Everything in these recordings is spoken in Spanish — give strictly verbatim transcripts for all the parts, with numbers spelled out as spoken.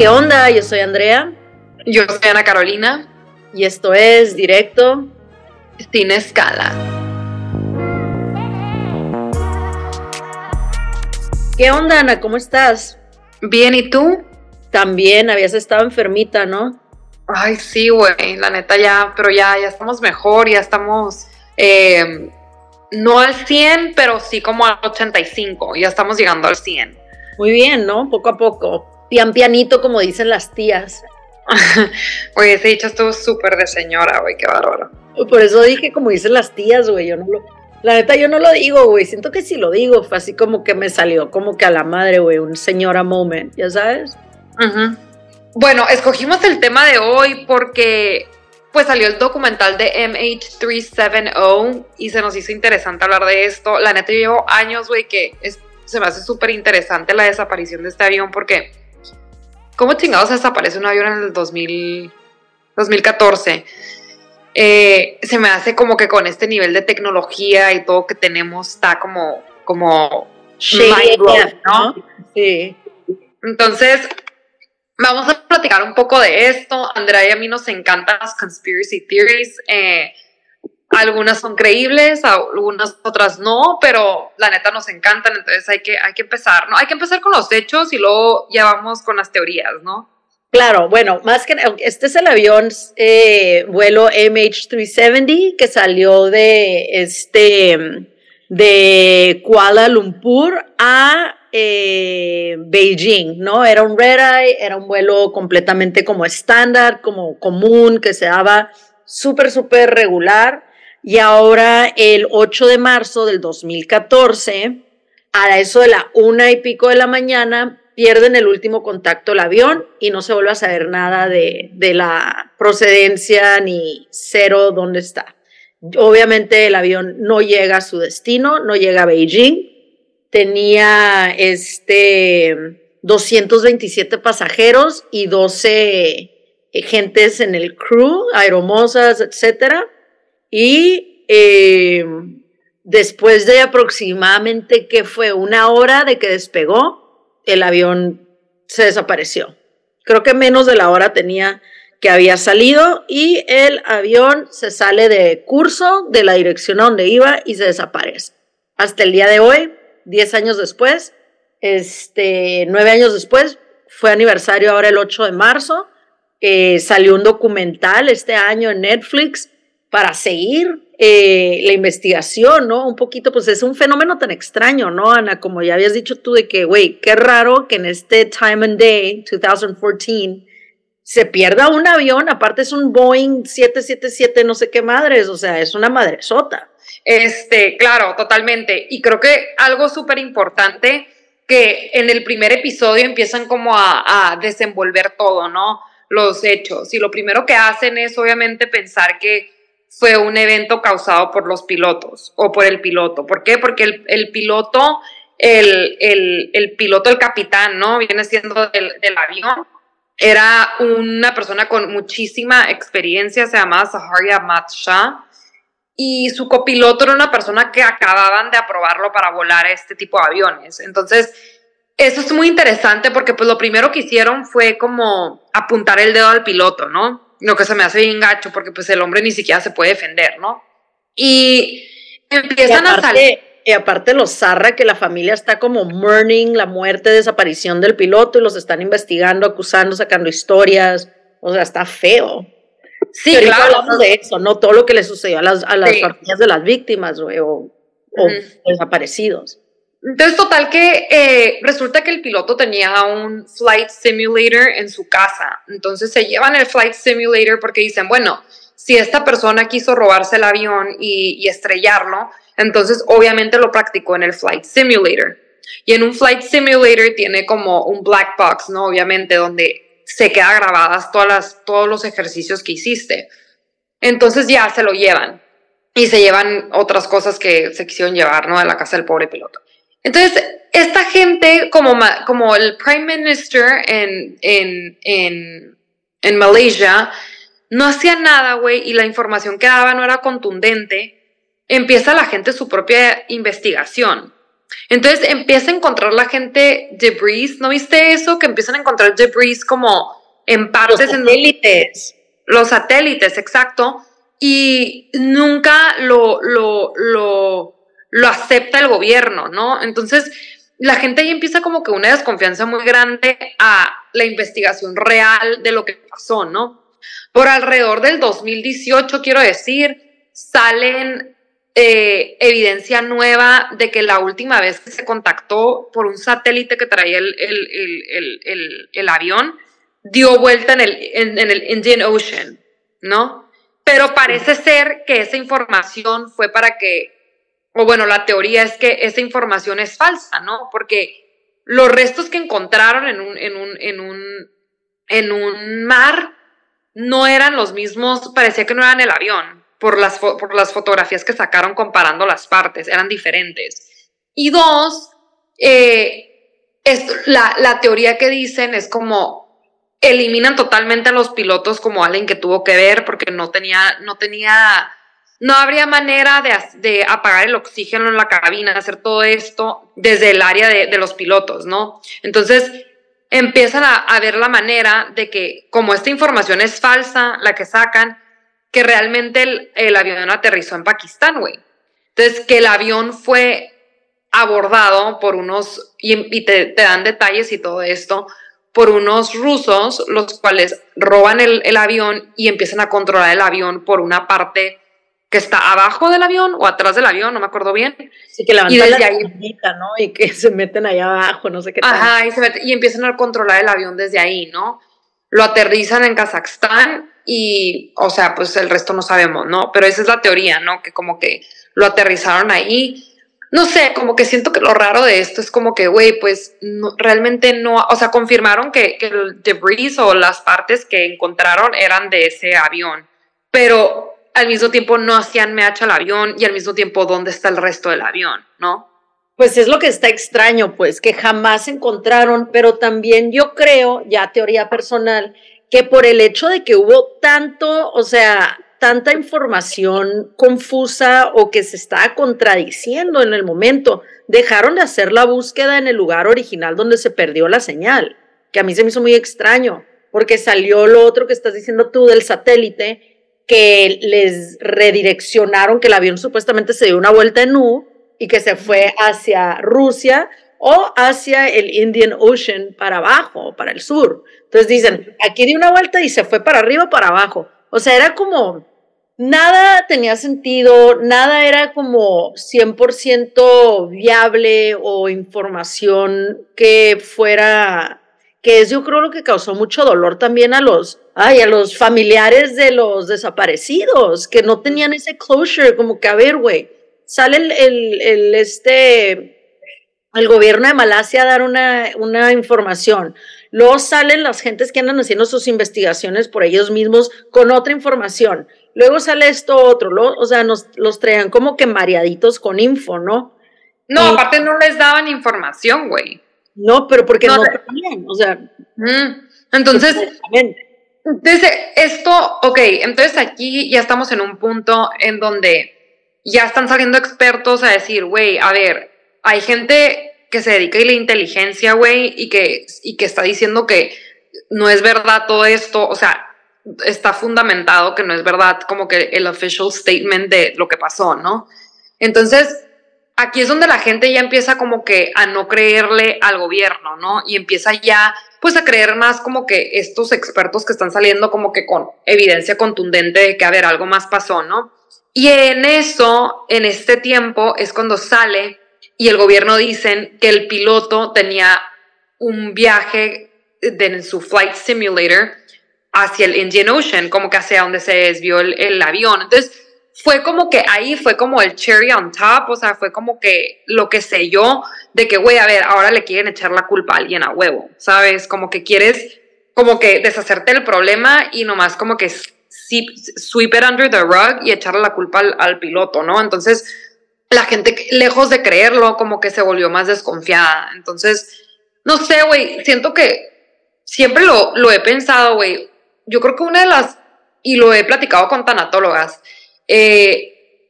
¿Qué onda? Yo soy Andrea. Yo soy Ana Carolina. Y esto es Directo Sin Escala. ¿Qué onda, Ana? ¿Cómo estás? Bien, ¿y tú? También, habías estado enfermita, ¿no? Ay, sí, güey, la neta ya, pero ya, ya estamos mejor, ya estamos, eh, no al cien, pero sí como al ochenta y cinco, ya estamos llegando al cien. Muy bien, ¿no? Poco a poco, pian pianito, como dicen las tías. Oye, ese dicho estuvo súper de señora, güey, qué bárbaro. Por eso dije como dicen las tías, güey, yo no lo... La neta, yo no lo digo, güey, siento que si lo digo, fue así como que me salió como que a la madre, güey, un señora moment, ¿ya sabes? Uh-huh. Bueno, escogimos el tema de hoy porque pues salió el documental de M H trescientos setenta y se nos hizo interesante hablar de esto. La neta, yo llevo años, güey, que es, se me hace súper interesante la desaparición de este avión porque ¿cómo chingados desaparece un avión en el dos mil, dos mil catorce? Eh, se me hace como que con este nivel de tecnología y todo que tenemos está como, como mind blowing, ¿no? Sí. Entonces, vamos a platicar un poco de esto. Andrea y a mí nos encantan las conspiracy theories. Eh, algunas son creíbles, algunas otras no, pero la neta nos encantan, entonces hay que, hay que empezar, ¿no? Hay que empezar con los hechos y luego ya vamos con las teorías, ¿no? Claro, bueno, más que este es el avión eh, vuelo M H trescientos setenta que salió de este de Kuala Lumpur a eh, Beijing, ¿no? Era un red eye, era un vuelo completamente como estándar, como común, que se daba súper, súper regular. Y ahora el ocho de marzo del dos mil catorce, a eso de la una y pico de la mañana, pierden el último contacto el avión y no se vuelve a saber nada de, de la procedencia ni cero dónde está. Obviamente el avión no llega a su destino, no llega a Beijing. Tenía este, doscientos veintisiete pasajeros y doce gentes en el crew, aeromosas, etcétera. Y eh, después de aproximadamente, ¿qué fue? Una hora de que despegó, el avión se desapareció. Creo que menos de la hora tenía que había salido y el avión se sale de curso de la dirección a donde iba y se desaparece. Hasta el día de hoy, diez años después, este, nueve años después, fue aniversario ahora el ocho de marzo, eh, salió un documental este año en Netflix para seguir eh, la investigación, ¿no? Un poquito, pues es un fenómeno tan extraño, ¿no, Ana? Como ya habías dicho tú de que, güey, qué raro que en este time and day, dos mil catorce, se pierda un avión, aparte es un Boeing siete siete siete, no sé qué madres, o sea, es una madresota. Este, claro, totalmente. Y creo que algo súper importante que en el primer episodio empiezan como a, a desenvolver todo, ¿no? Los hechos. Y lo primero que hacen es obviamente pensar que fue un evento causado por los pilotos o por el piloto. ¿Por qué? Porque el, el piloto, el, el, el piloto, el capitán, ¿no? Viene siendo del, del avión. Era una persona con muchísima experiencia, se llamaba Zaharia Ahmad Shah. Y su copiloto era una persona que acababan de aprobarlo para volar este tipo de aviones. Entonces, eso es muy interesante porque pues lo primero que hicieron fue como apuntar el dedo al piloto, ¿no? Lo que se me hace bien gacho porque pues el hombre ni siquiera se puede defender, ¿no? Y empiezan y aparte, a salir... Y aparte los zarra que la familia está como mourning la muerte, desaparición del piloto y los están investigando, acusando, sacando historias. O sea, está feo. Sí, claro. Hablamos de eso, ¿no? Todo lo que le sucedió a las, a las sí. familias de las víctimas, güey, o, o uh-huh. desaparecidos. Entonces, total que eh, resulta que el piloto tenía un flight simulator en su casa. Entonces, se llevan el flight simulator porque dicen, bueno, si esta persona quiso robarse el avión y, y estrellarlo, entonces, obviamente, lo practicó en el flight simulator. Y en un flight simulator tiene como un black box, ¿no? Obviamente, donde se quedan grabadas todas las, todos los ejercicios que hiciste. Entonces, ya se lo llevan. Y se llevan otras cosas que se quisieron llevar, ¿no? De la casa del pobre piloto. Entonces, esta gente, como, como el Prime Minister en, en, en, en Malaysia, no hacía nada, güey, y la información que daba no era contundente. Empieza la gente su propia investigación. Entonces empieza a encontrar la gente debris, ¿no viste eso? Que empiezan a encontrar debris como en partes. Los satélites. En los satélites, exacto. Y nunca lo, lo, lo, lo acepta el gobierno, ¿no? Entonces la gente ahí empieza como que una desconfianza muy grande a la investigación real de lo que pasó, ¿no? Por alrededor del dos mil dieciocho, quiero decir, salen eh, evidencia nueva de que la última vez que se contactó por un satélite que traía el, el, el, el, el, el avión, dio vuelta en el, en, en el Indian Ocean, ¿no? Pero parece ser que esa información fue para que, o bueno, la teoría es que esa información es falsa, ¿no? Porque los restos que encontraron en un, en un, en un, en un mar no eran los mismos, parecía que no eran el avión, por las, por las fotografías que sacaron comparando las partes, eran diferentes. Y dos, eh, esto, la, la teoría que dicen es como eliminan totalmente a los pilotos como alguien que tuvo que ver porque no tenía, no tenía, no habría manera de, de apagar el oxígeno en la cabina, hacer todo esto desde el área de, de los pilotos, ¿no? Entonces empiezan a, a ver la manera de que, como esta información es falsa, la que sacan, que realmente el, el avión aterrizó en Pakistán, güey. Entonces, que el avión fue abordado por unos, y, y te, te dan detalles y todo esto, por unos rusos, los cuales roban el, el avión y empiezan a controlar el avión por una parte que está abajo del avión o atrás del avión, no me acuerdo bien. Sí, que levantan la camioneta, ¿no? Y que se meten allá abajo, no sé qué tal. Ajá, y, se meten, y empiezan a controlar el avión desde ahí, ¿no? Lo aterrizan en Kazajstán y, o sea, pues el resto no sabemos, ¿no? Pero esa es la teoría, ¿no? Que como que lo aterrizaron ahí. No sé, como que siento que lo raro de esto es como que, güey, pues no, realmente no, o sea, confirmaron que, que el debris o las partes que encontraron eran de ese avión, pero al mismo tiempo no hacían match al avión y al mismo tiempo dónde está el resto del avión, ¿no? Pues es lo que está extraño, pues, que jamás encontraron, pero también yo creo, ya teoría personal, que por el hecho de que hubo tanto, o sea, tanta información confusa o que se estaba contradiciendo en el momento, dejaron de hacer la búsqueda en el lugar original donde se perdió la señal, que a mí se me hizo muy extraño, porque salió lo otro que estás diciendo tú del satélite, que les redireccionaron, que el avión supuestamente se dio una vuelta en U y que se fue hacia Rusia o hacia el Indian Ocean para abajo, para el sur. Entonces dicen, aquí dio una vuelta y se fue para arriba o para abajo. O sea, era como, nada tenía sentido, nada era como cien por ciento viable o información que fuera, que es yo creo lo que causó mucho dolor también a los, ay, a los familiares de los desaparecidos, que no tenían ese closure, como que a ver, güey, sale el, el, el, este, el gobierno de Malasia a dar una, una información. Luego salen las gentes que andan haciendo sus investigaciones por ellos mismos con otra información. Luego sale esto otro, luego, o sea, nos los traían como que mareaditos con info, ¿no? No, y, aparte no les daban información, güey. No, pero porque no, no tenían, o sea. Mm, entonces, entonces, esto, ok, entonces aquí ya estamos en un punto en donde ya están saliendo expertos a decir, güey, a ver, hay gente que se dedica a la inteligencia, güey, y que, y que está diciendo que no es verdad todo esto, o sea, está fundamentado que no es verdad como que el official statement de lo que pasó, ¿no? Entonces, aquí es donde la gente ya empieza como que a no creerle al gobierno, ¿no? Y empieza ya, pues, a creer más como que estos expertos que están saliendo como que con evidencia contundente de que, a ver, algo más pasó, ¿no? Y en eso, en este tiempo, es cuando sale y el gobierno dicen que el piloto tenía un viaje de, en su flight simulator hacia el Indian Ocean, como que hacia donde se desvió el, el avión. Entonces, fue como que ahí fue como el cherry on top, o sea, fue como que lo que selló de que, güey, a ver, ahora le quieren echar la culpa a alguien a huevo, ¿sabes? Como que quieres como que deshacerte del problema y nomás como que sweep it under the rug y echarle la culpa al, al piloto, ¿no? Entonces, la gente, lejos de creerlo, como que se volvió más desconfiada. Entonces, no sé, güey, siento que siempre lo, lo he pensado, güey. Yo creo que una de las, y lo he platicado con tanatólogas, eh,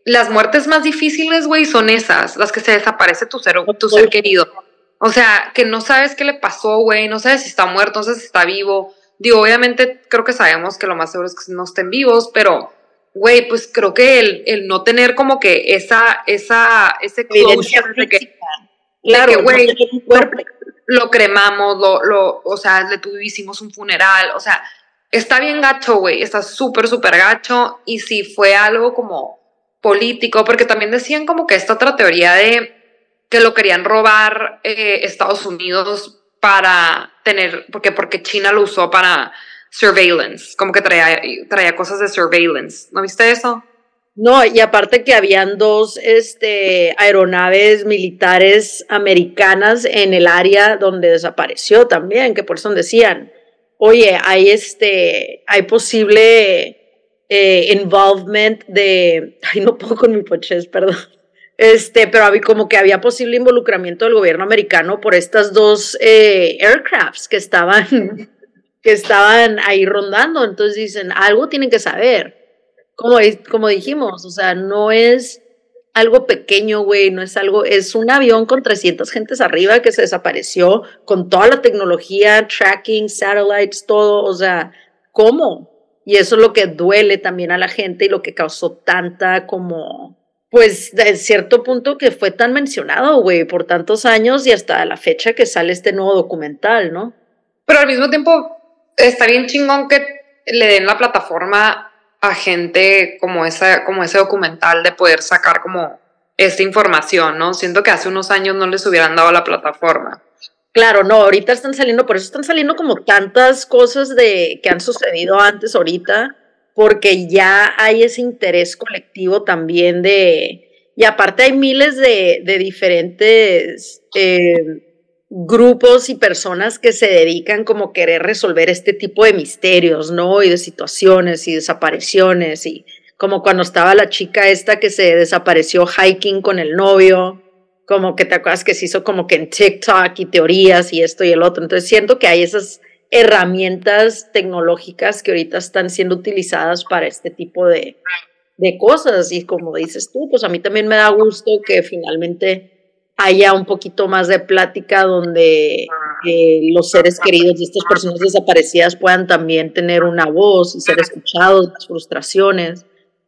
las muertes más difíciles, güey, son esas, las que se desaparece tu ser, tu ser querido. O sea, que no sabes qué le pasó, güey, no sabes si está muerto, no sabes si está vivo. Digo, obviamente creo que sabemos que lo más seguro es que no estén vivos, pero, güey, pues creo que el, el no tener como que esa, esa, ese closure de que, claro, de que, güey, no lo, lo cremamos, lo, lo, o sea, le tuvimos, hicimos un funeral, o sea, está bien gacho, güey, está súper, súper gacho, y si fue algo como político, porque también decían como que esta otra teoría de que lo querían robar eh, Estados Unidos para tener, porque, porque China lo usó para surveillance, como que traía, traía cosas de surveillance. ¿No viste eso? No, y aparte que habían dos este, aeronaves militares americanas en el área donde desapareció también, que por eso decían, oye, hay, este, hay posible eh, involvement de, ay, no puedo con mi pochez, perdón. Este, pero había, como que había posible involucramiento del gobierno americano por estas dos eh, aircrafts que estaban, que estaban ahí rondando. Entonces dicen, algo tienen que saber. Como, como dijimos, o sea, no es algo pequeño, güey, no es algo, es un avión con trescientas gentes arriba que se desapareció con toda la tecnología, tracking, satellites, todo, o sea, ¿cómo? Y eso es lo que duele también a la gente y lo que causó tanta como, pues, de cierto punto que fue tan mencionado, güey, por tantos años y hasta la fecha que sale este nuevo documental, ¿no? Pero al mismo tiempo, está bien chingón que le den la plataforma a gente como, esa, como ese documental de poder sacar como esta información, ¿no? Siento que hace unos años no les hubieran dado la plataforma. Claro, no, ahorita están saliendo, por eso están saliendo como tantas cosas de que han sucedido antes ahorita, porque ya hay ese interés colectivo también de, y aparte hay miles de, de diferentes eh, grupos y personas que se dedican como a querer resolver este tipo de misterios, ¿no? Y de situaciones y desapariciones, y como cuando estaba la chica esta que se desapareció hiking con el novio, como que te acuerdas que se hizo como que en TikTok y teorías y esto y el otro. Entonces siento que hay esas herramientas tecnológicas que ahorita están siendo utilizadas para este tipo de, de cosas, y como dices tú, pues a mí también me da gusto que finalmente haya un poquito más de plática donde eh, los seres queridos de estas personas desaparecidas puedan también tener una voz y ser escuchados, las frustraciones,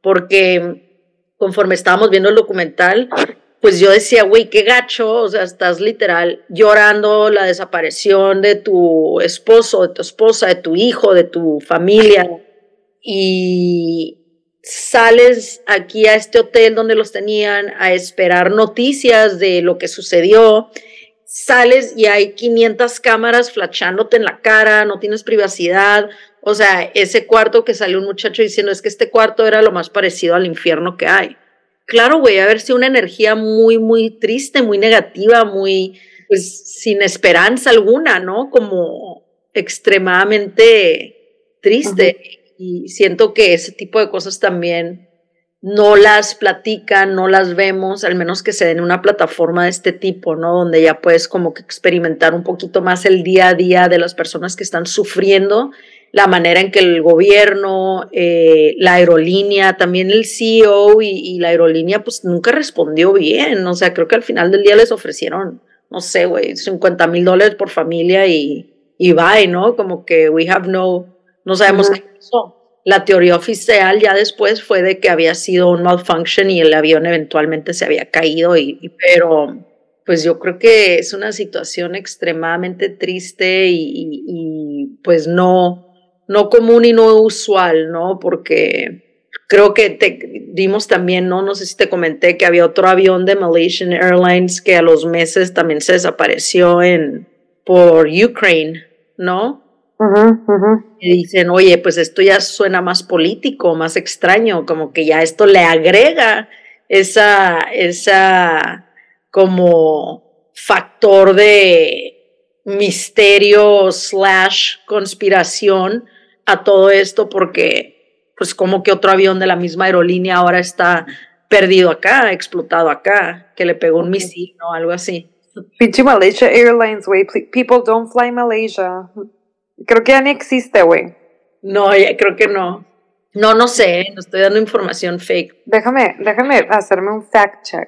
porque conforme estábamos viendo el documental, pues yo decía, güey, qué gacho, o sea, estás literal llorando la desaparición de tu esposo, de tu esposa, de tu hijo, de tu familia, y sales aquí a este hotel donde los tenían a esperar noticias de lo que sucedió, sales y hay quinientas cámaras flashándote en la cara, no tienes privacidad, o sea, ese cuarto que salió un muchacho diciendo, es que este cuarto era lo más parecido al infierno que hay. Claro, güey, haber sido una energía muy, muy triste, muy negativa, muy, pues, sin esperanza alguna, ¿no? Como extremadamente triste. Uh-huh. Y siento que ese tipo de cosas también no las platican, no las vemos, al menos que se den una plataforma de este tipo, ¿no? Donde ya puedes como que experimentar un poquito más el día a día de las personas que están sufriendo, la manera en que el gobierno, eh, la aerolínea, también el C E O y, y la aerolínea, pues nunca respondió bien. O sea, creo que al final del día les ofrecieron, no sé, güey, cincuenta mil dólares por familia y, y bye, ¿no? Como que we have no, no sabemos uh-huh. qué pasó. La teoría oficial ya después fue de que había sido un malfunction y el avión eventualmente se había caído, y, y pero pues yo creo que es una situación extremadamente triste y, y, y pues no... no común y no usual, ¿no? Porque creo que te dimos también, ¿no? No sé si te comenté que había otro avión de Malaysian Airlines que a los meses también se desapareció en, por Ucrania, ¿no? Uh-huh, uh-huh. Y dicen, oye, pues esto ya suena más político, más extraño, como que ya esto le agrega esa, esa como factor de misterio slash conspiración a todo esto, porque pues como que otro avión de la misma aerolínea ahora está perdido acá, explotado acá, que le pegó un misil o algo así. Pinche Malaysia Airlines, güey, people don't fly Malaysia. Creo que ya ni existe, güey. No, ya creo que no. No, no sé, no estoy dando información fake. Déjame, déjame hacerme un fact check.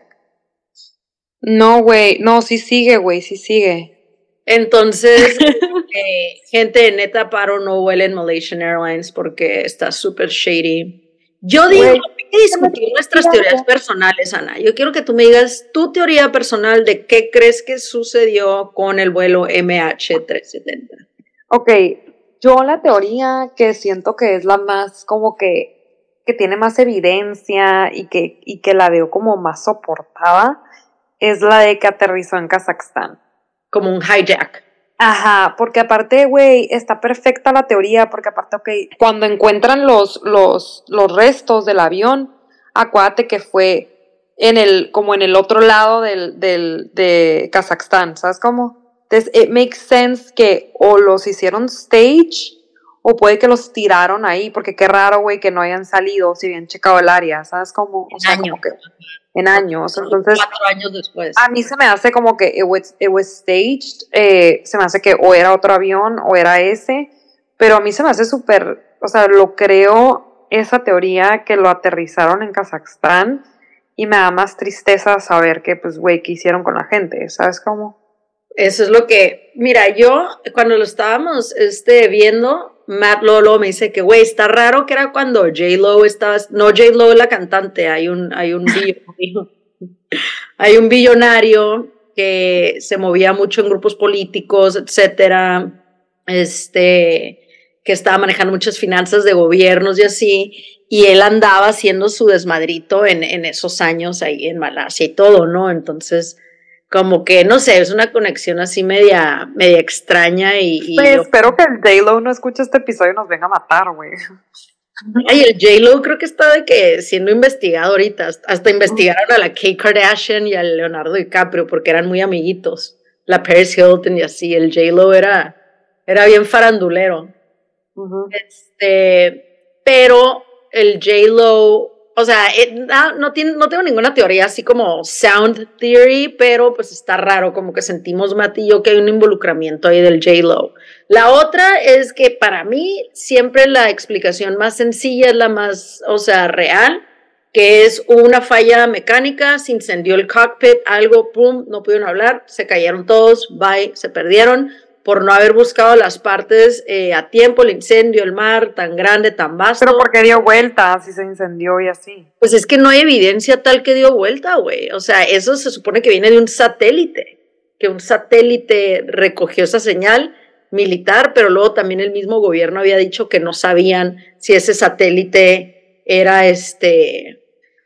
No, güey, no, sí sigue, güey, sí sigue. Entonces, eh, gente, neta, paro, no vuelen Malaysian Airlines porque está súper shady. Yo digo, Güey, hay que discutir nuestras teorías personales, Ana. Yo quiero que tú me digas tu teoría personal de qué crees que sucedió con el vuelo M H trescientos setenta. Ok, yo la teoría que siento que es la más como que, que tiene más evidencia y que, y que la veo como más soportada es la de que aterrizó en Kazajstán. Como un hijack. Ajá, porque aparte, güey, está perfecta la teoría, porque aparte, ok, cuando encuentran los, los, los restos del avión, acuérdate que fue en el, como en el otro lado del, del, de Kazajstán, ¿sabes cómo? Entonces, it makes sense que o los hicieron stage, o puede que los tiraron ahí, porque qué raro, güey, que no hayan salido si habían checado el área, ¿sabes cómo? O sea, como que en años, entonces cuatro años después. a mí se me hace como que it was, it was staged, eh, se me hace que o era otro avión o era ese, pero a mí se me hace súper, o sea, lo creo esa teoría que lo aterrizaron en Kazajstán y me da más tristeza saber que, pues, güey, ¿qué hicieron con la gente? ¿Sabes cómo? Eso es lo que, mira, yo cuando lo estábamos este, viendo, Matt Lolo me dice que, güey, está raro que era cuando J-Lo estaba, no J-Lo la cantante, hay un, hay un billonario, hay un billonario que se movía mucho en grupos políticos, etcétera, este, que estaba manejando muchas finanzas de gobiernos y así, y él andaba haciendo su desmadrito en, en esos años ahí en Malasia y todo, ¿no? Entonces, como que, no sé, es una conexión así media, media extraña y... y pues, yo, espero que el J-Lo no escuche este episodio y nos venga a matar, güey. Ay, el J-Lo creo que está de que siendo investigado ahorita, hasta, hasta investigaron a la Kim Kardashian y a Leonardo DiCaprio porque eran muy amiguitos, la Paris Hilton y así, el J-Lo era, era bien farandulero. Uh-huh. Este, pero el J-Lo, o sea, it, no, no, tiene, no tengo ninguna teoría así como sound theory, pero pues está raro, como que sentimos, Matt y yo, que hay un involucramiento ahí del J-Lo. La otra es que para mí siempre la explicación más sencilla es la más, o sea, real, que es una falla mecánica, se incendió el cockpit, algo, pum, no pudieron hablar, se cayeron todos, bye, se perdieron por no haber buscado las partes eh, a tiempo, el incendio, el mar tan grande, tan vasto. Pero porque dio vuelta, si se incendió y así. Pues es que no hay evidencia tal que dio vuelta, güey. O sea, eso se supone que viene de un satélite, que un satélite recogió esa señal militar, pero luego también el mismo gobierno había dicho que no sabían si ese satélite era este,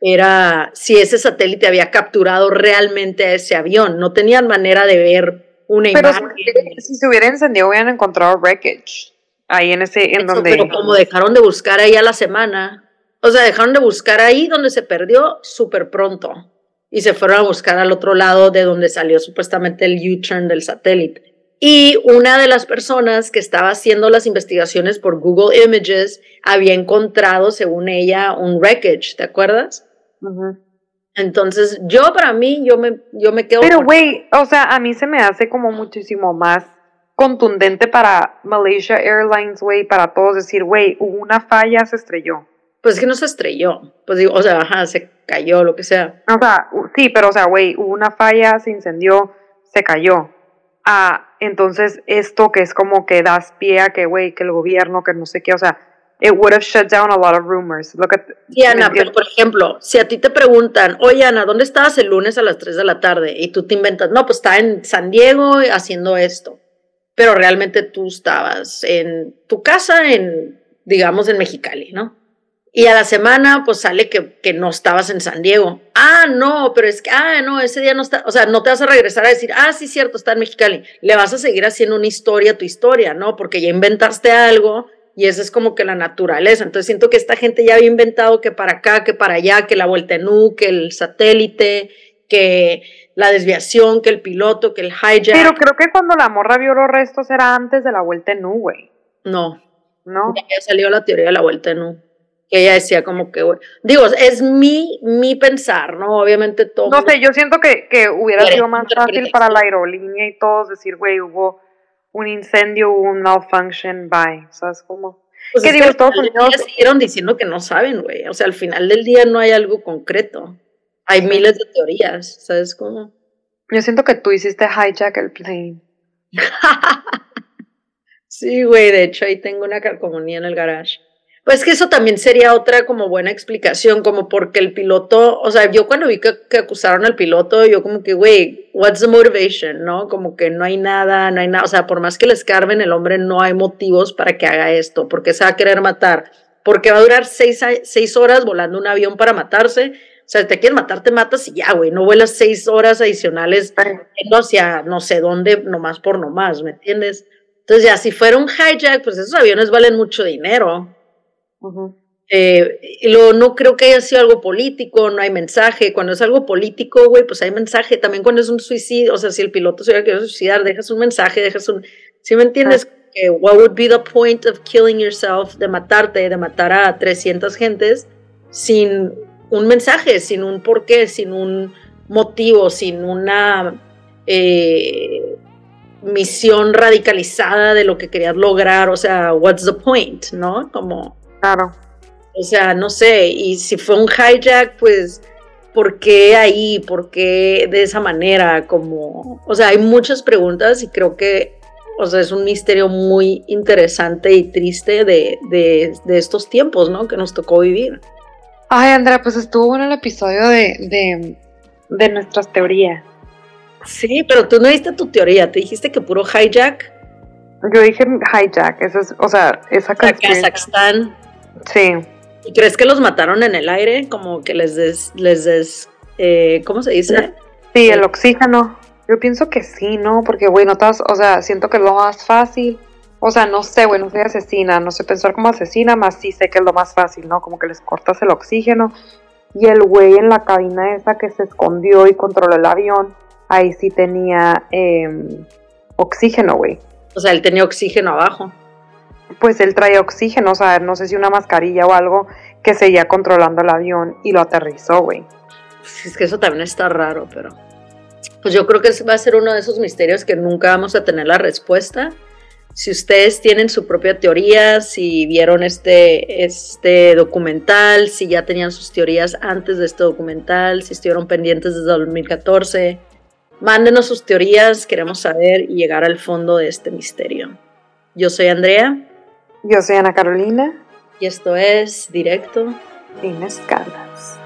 era, si ese satélite había capturado realmente a ese avión. No tenían manera de ver una pero imagen. Si, si se hubiera encendido, hubieran encontrado wreckage. Ahí en ese, en Eso, donde. Pero como dejaron de buscar ahí a la semana, o sea, dejaron de buscar ahí donde se perdió súper pronto. Y se fueron a buscar al otro lado de donde salió supuestamente el U-turn del satélite. Y una de las personas que estaba haciendo las investigaciones por Google Images había encontrado, según ella, un wreckage, ¿te acuerdas? Uh-huh. Entonces, yo para mí, yo me, yo me quedo... Pero, güey, o sea, a mí se me hace como muchísimo más contundente para Malaysia Airlines, güey, para todos decir, güey, hubo una falla, se estrelló. Pues es que no se estrelló, pues digo, o sea, ajá, se cayó, lo que sea. O sea, sí, pero, o sea, güey, hubo una falla, se incendió, se cayó. Ah, entonces esto que es como que das pie a que, güey, que el gobierno, que no sé qué, o sea, it would have shut down a lot of rumors. Look at, sí, Ana, pero por ejemplo, si a ti te preguntan, oye, Ana, ¿dónde estabas el lunes a las tres de la tarde? Y tú te inventas, no, pues estaba en San Diego haciendo esto. Pero realmente tú estabas en tu casa, en, digamos, en Mexicali, ¿no? Y a la semana, pues sale que, que no estabas en San Diego. Ah, no, pero es que, ah, no, ese día no está, o sea, no te vas a regresar a decir, ah, sí, cierto, está en Mexicali. Le vas a seguir haciendo una historia a tu historia, ¿no? Porque ya inventaste algo y esa es como que la naturaleza. Entonces siento que esta gente ya había inventado que para acá, que para allá, que la vuelta en U, que el satélite, que la desviación, que el piloto, que el hijack. Pero creo que cuando la morra vio los restos era antes de la vuelta en U, güey. No. ¿No? Ya salió la teoría de la vuelta en U. Que ella decía como que, güey, digo, es mi, mi pensar, ¿no? Obviamente todo. No sé, yo siento que, que hubiera sido más fácil para la aerolínea y todos decir, güey, hubo un incendio, hubo un malfunction, bye, ¿sabes cómo? Pues que es digo, que Estados al final del Unidos... día siguieron diciendo que no saben, güey. O sea, al final del día no hay algo concreto. Hay miles de teorías, ¿sabes cómo? Yo siento que tú hiciste hijack el plane. Sí, güey, de hecho ahí tengo una calcomanía en el garage. Pues que eso también sería otra como buena explicación, como porque el piloto, o sea, yo cuando vi que, que acusaron al piloto, yo como que, güey, what's the motivation, ¿no? Como que no hay nada, no hay nada, o sea, por más que le escarben el hombre, no hay motivos para que haga esto, porque se va a querer matar, porque va a durar seis, seis horas volando un avión para matarse, o sea, te quieres matar, te matas y ya, güey, no vuelas seis horas adicionales yendo hacia no sé dónde, nomás por nomás, ¿me entiendes? Entonces ya, si fuera un hijack, pues esos aviones valen mucho dinero. Uh-huh. Eh, y luego no creo que haya sido algo político, no hay mensaje. Cuando es algo político, güey, pues hay mensaje. También cuando es un suicidio, o sea, si el piloto se hubiera querido suicidar, dejas un mensaje, dejas un... ¿Sí me entiendes? Uh-huh. Que what would be the point of killing yourself, de matarte, de matar a trescientas gentes sin un mensaje, sin un porqué, sin un motivo, sin una eh, misión radicalizada de lo que querías lograr? O sea, what's the point, ¿no? Como... Claro. O sea, no sé, y si fue un hijack, pues, ¿por qué ahí? ¿Por qué de esa manera? Como, o sea, hay muchas preguntas y creo que, o sea, es un misterio muy interesante y triste de, de, de estos tiempos, ¿no? Que nos tocó vivir. Ay, Andrea, pues estuvo bueno el episodio de, de, de nuestras teorías. Sí, pero tú no diste tu teoría, te dijiste que puro hijack. Yo dije hijack, eso es, o sea, esa canción. Kazajstán. Sí. ¿Y crees que los mataron en el aire? Como que les des, les des, eh, ¿cómo se dice? Sí, el oxígeno. Yo pienso que sí, ¿no? Porque, güey, no estás, o sea, siento que es lo más fácil. O sea, no sé, güey, no soy asesina, no sé pensar como asesina, más sí sé que es lo más fácil, ¿no? Como que les cortas el oxígeno. Y el güey en la cabina esa que se escondió y controló el avión, ahí sí tenía eh, oxígeno, güey. O sea, él tenía oxígeno abajo. Pues él traía oxígeno, o sea, no sé si una mascarilla o algo que seguía controlando el avión y lo aterrizó, güey. Es que eso también está raro, pero... Pues yo creo que va a ser uno de esos misterios que nunca vamos a tener la respuesta. Si ustedes tienen su propia teoría, si vieron este, este documental, si ya tenían sus teorías antes de este documental, si estuvieron pendientes desde dos mil catorce, mándenos sus teorías, queremos saber y llegar al fondo de este misterio. Yo soy Andrea. Yo soy Ana Carolina. Y esto es Directo sin Escalas.